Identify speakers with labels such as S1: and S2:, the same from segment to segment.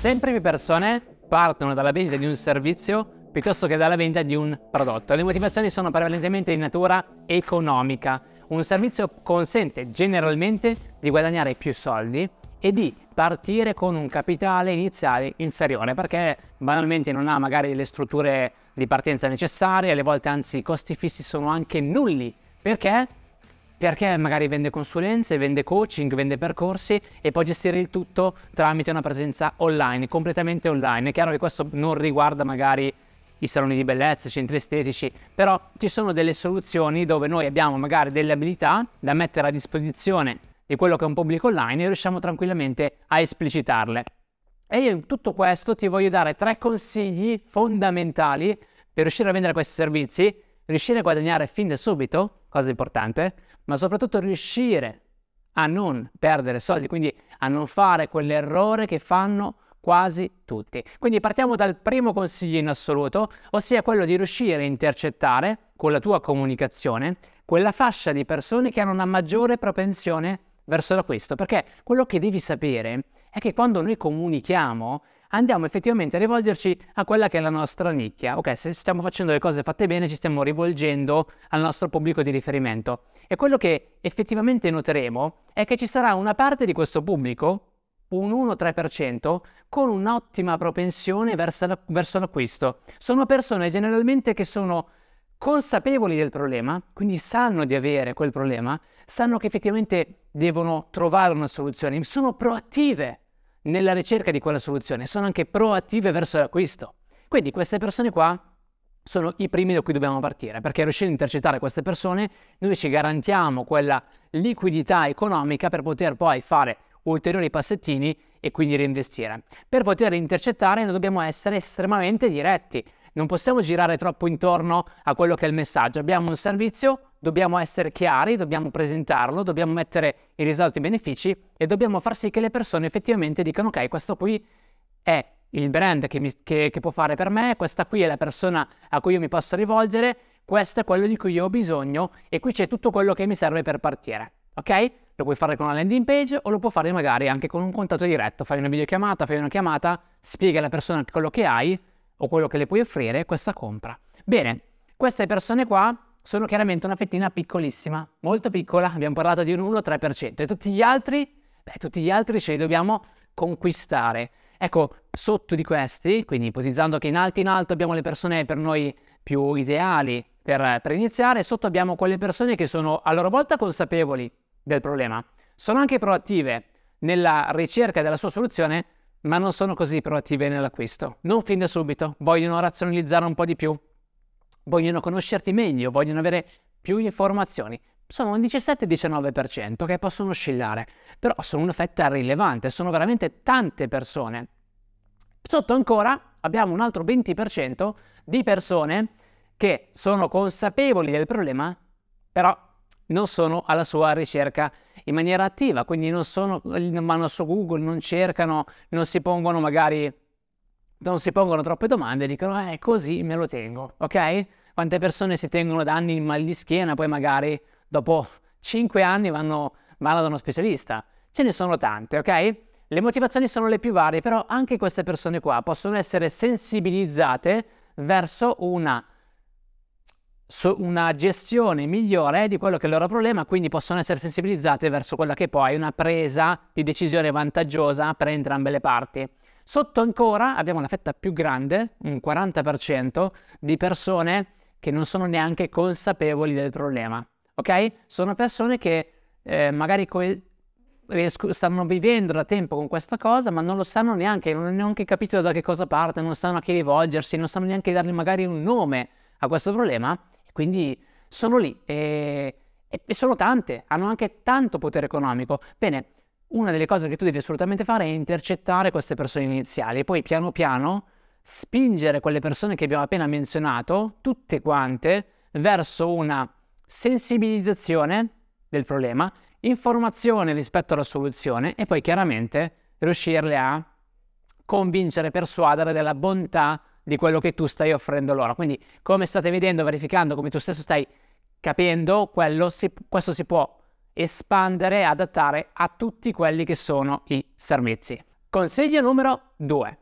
S1: Sempre più persone partono dalla vendita di un servizio piuttosto che dalla vendita di un prodotto. Le motivazioni sono prevalentemente di natura economica. Un servizio consente generalmente di guadagnare più soldi e di partire con un capitale iniziale inferiore, perché banalmente non ha magari le strutture di partenza necessarie, alle volte anzi i costi fissi sono anche nulli. Perché? Perché magari vende consulenze, vende coaching, vende percorsi e può gestire il tutto tramite una presenza online, completamente online. È chiaro che questo non riguarda magari i saloni di bellezza, i centri estetici, però ci sono delle soluzioni dove noi abbiamo magari delle abilità da mettere a disposizione di quello che è un pubblico online e riusciamo tranquillamente a esplicitarle. E io in tutto questo ti voglio dare 3 consigli fondamentali per riuscire a vendere questi servizi, riuscire a guadagnare fin da subito, cosa importante, ma soprattutto riuscire a non perdere soldi, quindi a non fare quell'errore che fanno quasi tutti. Quindi partiamo dal primo consiglio in assoluto, ossia quello di riuscire a intercettare con la tua comunicazione quella fascia di persone che hanno una maggiore propensione verso l'acquisto, perché quello che devi sapere è che quando noi comunichiamo andiamo effettivamente a rivolgerci a quella che è la nostra nicchia. Ok, se stiamo facendo le cose fatte bene ci stiamo rivolgendo al nostro pubblico di riferimento e quello che effettivamente noteremo è che ci sarà una parte di questo pubblico, un 1-3%, con un'ottima propensione verso l'acquisto. Sono persone generalmente che sono consapevoli del problema, quindi sanno di avere quel problema, sanno che effettivamente devono trovare una soluzione, sono proattive nella ricerca di quella soluzione, sono anche proattive verso l'acquisto. Quindi queste persone qua sono i primi da cui dobbiamo partire, perché riuscendo a intercettare queste persone noi ci garantiamo quella liquidità economica per poter poi fare ulteriori passettini e quindi reinvestire. Per poter intercettare noi dobbiamo essere estremamente diretti, non possiamo girare troppo intorno a quello che è il messaggio. Abbiamo un servizio, dobbiamo essere chiari, dobbiamo presentarlo, dobbiamo mettere i risultati e i benefici e dobbiamo far sì che le persone effettivamente dicano ok, questo qui è il brand che può fare per me, questa qui è la persona a cui io mi posso rivolgere, questo è quello di cui io ho bisogno e qui c'è tutto quello che mi serve per partire, ok? Lo puoi fare con una landing page o lo puoi fare magari anche con un contatto diretto, fai una videochiamata, fai una chiamata, spiega alla persona quello che hai o quello che le puoi offrire, questa compra. Bene, queste persone qua sono chiaramente una fettina piccolissima, molto piccola, abbiamo parlato di un 1-3% e tutti gli altri ce li dobbiamo conquistare. Ecco, sotto di questi, quindi ipotizzando che in alto abbiamo le persone per noi più ideali per iniziare, sotto abbiamo quelle persone che sono a loro volta consapevoli del problema, sono anche proattive nella ricerca della sua soluzione, ma non sono così proattive nell'acquisto. Non fin da subito, vogliono razionalizzare un po' di più, vogliono conoscerti meglio, vogliono avere più informazioni. Sono un 17-19% che possono oscillare, però sono una fetta rilevante, sono veramente tante persone. Sotto ancora abbiamo un altro 20% di persone che sono consapevoli del problema, però non sono alla sua ricerca in maniera attiva, quindi non vanno su Google, non cercano, non si pongono troppe domande, dicono così me lo tengo, ok? Quante persone si tengono da anni il mal di schiena, poi magari dopo 5 anni vanno da uno specialista. Ce ne sono tante, ok? Le motivazioni sono le più varie, però anche queste persone qua possono essere sensibilizzate verso una gestione migliore di quello che è il loro problema, quindi possono essere sensibilizzate verso quella che poi è una presa di decisione vantaggiosa per entrambe le parti. Sotto ancora abbiamo una fetta più grande, un 40% di persone che non sono neanche consapevoli del problema, ok? Sono persone che magari stanno vivendo da tempo con questa cosa, ma non lo sanno neanche, non hanno neanche capito da che cosa parte, non sanno a chi rivolgersi, non sanno neanche dargli magari un nome a questo problema. Quindi sono lì e sono tante, hanno anche tanto potere economico. Bene, una delle cose che tu devi assolutamente fare è intercettare queste persone iniziali e poi piano piano spingere quelle persone che abbiamo appena menzionato, tutte quante, verso una sensibilizzazione del problema, informazione rispetto alla soluzione e poi chiaramente riuscirle a convincere, persuadere della bontà di quello che tu stai offrendo loro. Quindi, come state vedendo, verificando, come tu stesso stai capendo, questo si può espandere e adattare a tutti quelli che sono i servizi. Consiglio numero 2.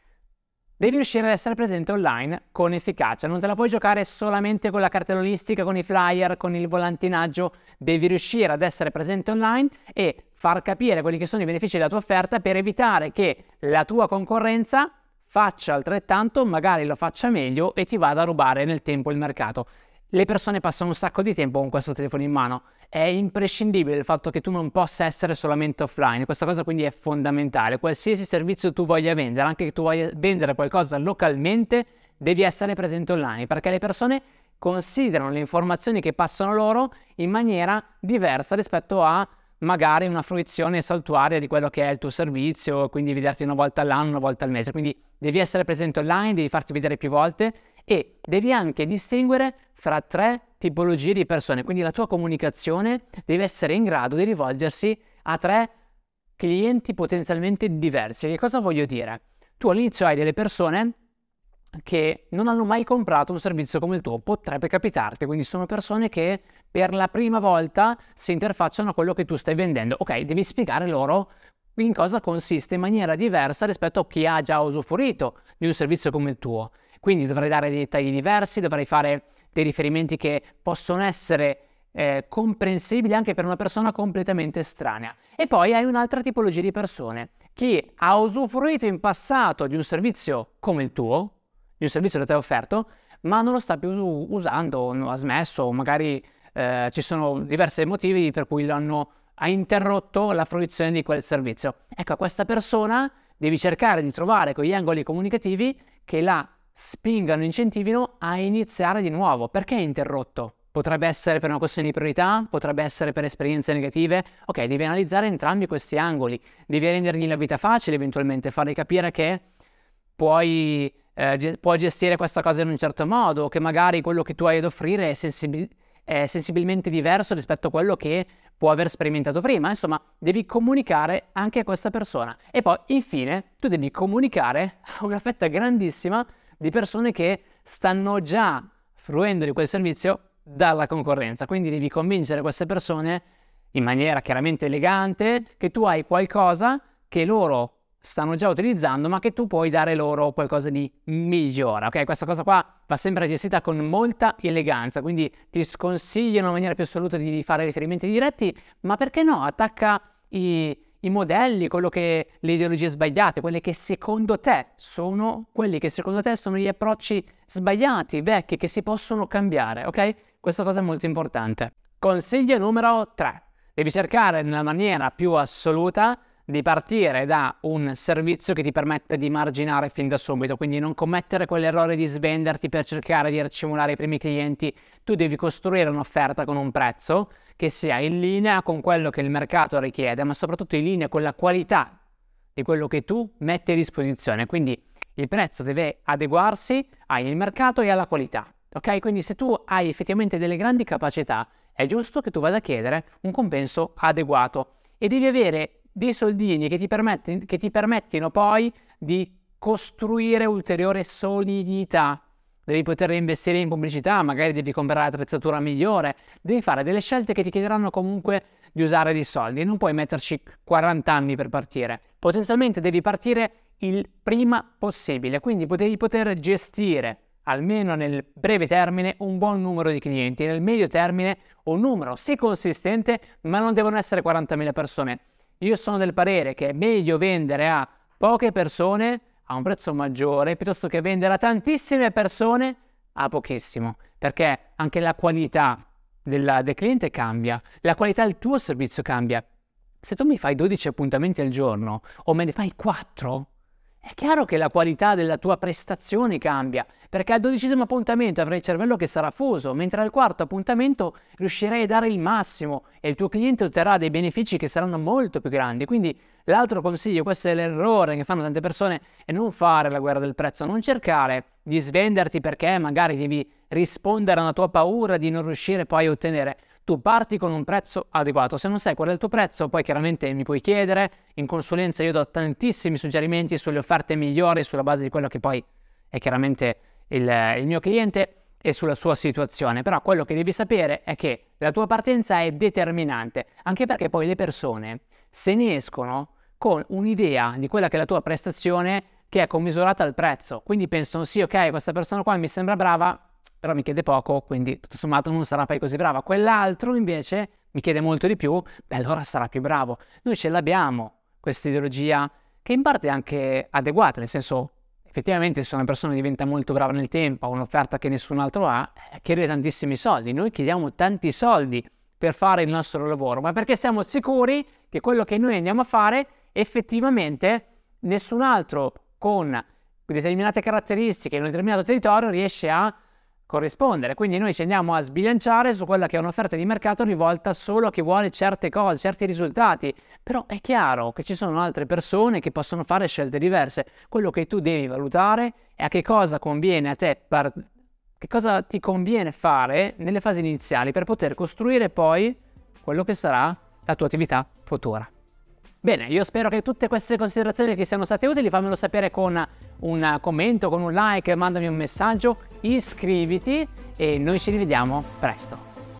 S1: Devi riuscire ad essere presente online con efficacia, non te la puoi giocare solamente con la cartellonistica, con i flyer, con il volantinaggio, devi riuscire ad essere presente online e far capire quelli che sono i benefici della tua offerta per evitare che la tua concorrenza faccia altrettanto, magari lo faccia meglio e ti vada a rubare nel tempo il mercato. Le persone passano un sacco di tempo con questo telefono in mano, è imprescindibile il fatto che tu non possa essere solamente offline, questa cosa quindi è fondamentale. Qualsiasi servizio tu voglia vendere, anche che tu voglia vendere qualcosa localmente, devi essere presente online, perché le persone considerano le informazioni che passano loro in maniera diversa rispetto a magari una fruizione saltuaria di quello che è il tuo servizio, quindi vederti una volta all'anno, una volta al mese. Quindi devi essere presente online, devi farti vedere più volte e devi anche distinguere fra 3 tipologie di persone, quindi la tua comunicazione deve essere in grado di rivolgersi a 3 clienti potenzialmente diversi. Che cosa voglio dire? Tu all'inizio hai delle persone che non hanno mai comprato un servizio come il tuo, potrebbe capitarti, quindi sono persone che per la prima volta si interfacciano a quello che tu stai vendendo. Ok, devi spiegare loro in cosa consiste in maniera diversa rispetto a chi ha già usufruito di un servizio come il tuo. Quindi dovrai dare dei dettagli diversi, dovrai fare dei riferimenti che possono essere comprensibili anche per una persona completamente estranea. E poi hai un'altra tipologia di persone, chi ha usufruito in passato di un servizio come il tuo, di un servizio che ti ha offerto, ma non lo sta più usando, ha smesso, o magari ci sono diversi motivi per cui ha interrotto la fruizione di quel servizio. Ecco, a questa persona devi cercare di trovare quegli angoli comunicativi che la spingano, incentivino a iniziare di nuovo. Perché è interrotto? Potrebbe essere per una questione di priorità, potrebbe essere per esperienze negative. Ok, devi analizzare entrambi questi angoli, devi rendergli la vita facile, eventualmente fargli capire che puoi gestire questa cosa in un certo modo, che magari quello che tu hai ad offrire è sensibilmente diverso rispetto a quello che può aver sperimentato prima. Insomma, devi comunicare anche a questa persona. E poi, infine, tu devi comunicare a una fetta grandissima di persone che stanno già fruendo di quel servizio dalla concorrenza. Quindi devi convincere queste persone in maniera chiaramente elegante che tu hai qualcosa che loro stanno già utilizzando, ma che tu puoi dare loro qualcosa di migliore. Ok, questa cosa qua va sempre gestita con molta eleganza, quindi ti sconsiglio in una maniera più assoluta di fare riferimenti diretti, ma perché no? Attacca i modelli, le ideologie sbagliate, quelli che secondo te sono gli approcci sbagliati, vecchi, che si possono cambiare, ok? Questa cosa è molto importante. Consiglio numero 3. Devi cercare nella maniera più assoluta di partire da un servizio che ti permette di marginare fin da subito, quindi non commettere quell'errore di svenderti per cercare di racimolare i primi clienti. Tu devi costruire un'offerta con un prezzo che sia in linea con quello che il mercato richiede, ma soprattutto in linea con la qualità di quello che tu metti a disposizione. Quindi il prezzo deve adeguarsi al mercato e alla qualità, ok? Quindi se tu hai effettivamente delle grandi capacità, è giusto che tu vada a chiedere un compenso adeguato e devi avere dei soldini che ti permettino poi di costruire ulteriore solidità. Devi poter investire in pubblicità, magari devi comprare l'attrezzatura migliore, devi fare delle scelte che ti chiederanno comunque di usare dei soldi. Non puoi metterci 40 anni per partire. Potenzialmente devi partire il prima possibile, quindi devi poter gestire almeno nel breve termine un buon numero di clienti, nel medio termine un numero sì consistente, ma non devono essere 40.000 persone. Io sono del parere che è meglio vendere a poche persone a un prezzo maggiore piuttosto che vendere a tantissime persone a pochissimo, perché anche la qualità del cliente cambia, la qualità del tuo servizio cambia. Se tu mi fai 12 appuntamenti al giorno o me ne fai 4, è chiaro che la qualità della tua prestazione cambia, perché al 12° appuntamento avrai il cervello che sarà fuso, mentre al 4° appuntamento riuscirai a dare il massimo e il tuo cliente otterrà dei benefici che saranno molto più grandi. Quindi l'altro consiglio, questo è l'errore che fanno tante persone, è non fare la guerra del prezzo, non cercare di svenderti perché magari devi rispondere a una tua paura di non riuscire poi a ottenere. Tu parti con un prezzo adeguato, se non sai qual è il tuo prezzo poi chiaramente mi puoi chiedere, in consulenza io do tantissimi suggerimenti sulle offerte migliori sulla base di quello che poi è chiaramente il mio cliente e sulla sua situazione, però quello che devi sapere è che la tua partenza è determinante, anche perché poi le persone se ne escono con un'idea di quella che è la tua prestazione che è commisurata al prezzo. Quindi pensano, sì, ok, questa persona qua mi sembra brava, però mi chiede poco, quindi tutto sommato non sarà poi così brava. Quell'altro invece mi chiede molto di più, beh, allora sarà più bravo. Noi ce l'abbiamo, questa ideologia, che in parte è anche adeguata, nel senso, effettivamente se una persona diventa molto brava nel tempo, ha un'offerta che nessun altro ha, chiede tantissimi soldi. Noi chiediamo tanti soldi per fare il nostro lavoro, ma perché siamo sicuri che quello che noi andiamo a fare effettivamente nessun altro con determinate caratteristiche in un determinato territorio riesce a corrispondere. Quindi noi ci andiamo a sbilanciare su quella che è un'offerta di mercato rivolta solo a chi vuole certe cose, certi risultati. Però è chiaro che ci sono altre persone che possono fare scelte diverse. Quello che tu devi valutare è a che cosa conviene a te, che cosa ti conviene fare nelle fasi iniziali per poter costruire poi quello che sarà la tua attività futura. Bene, io spero che tutte queste considerazioni ti siano state utili. Fammelo sapere con un commento, con un like, mandami un messaggio, iscriviti e noi ci rivediamo presto.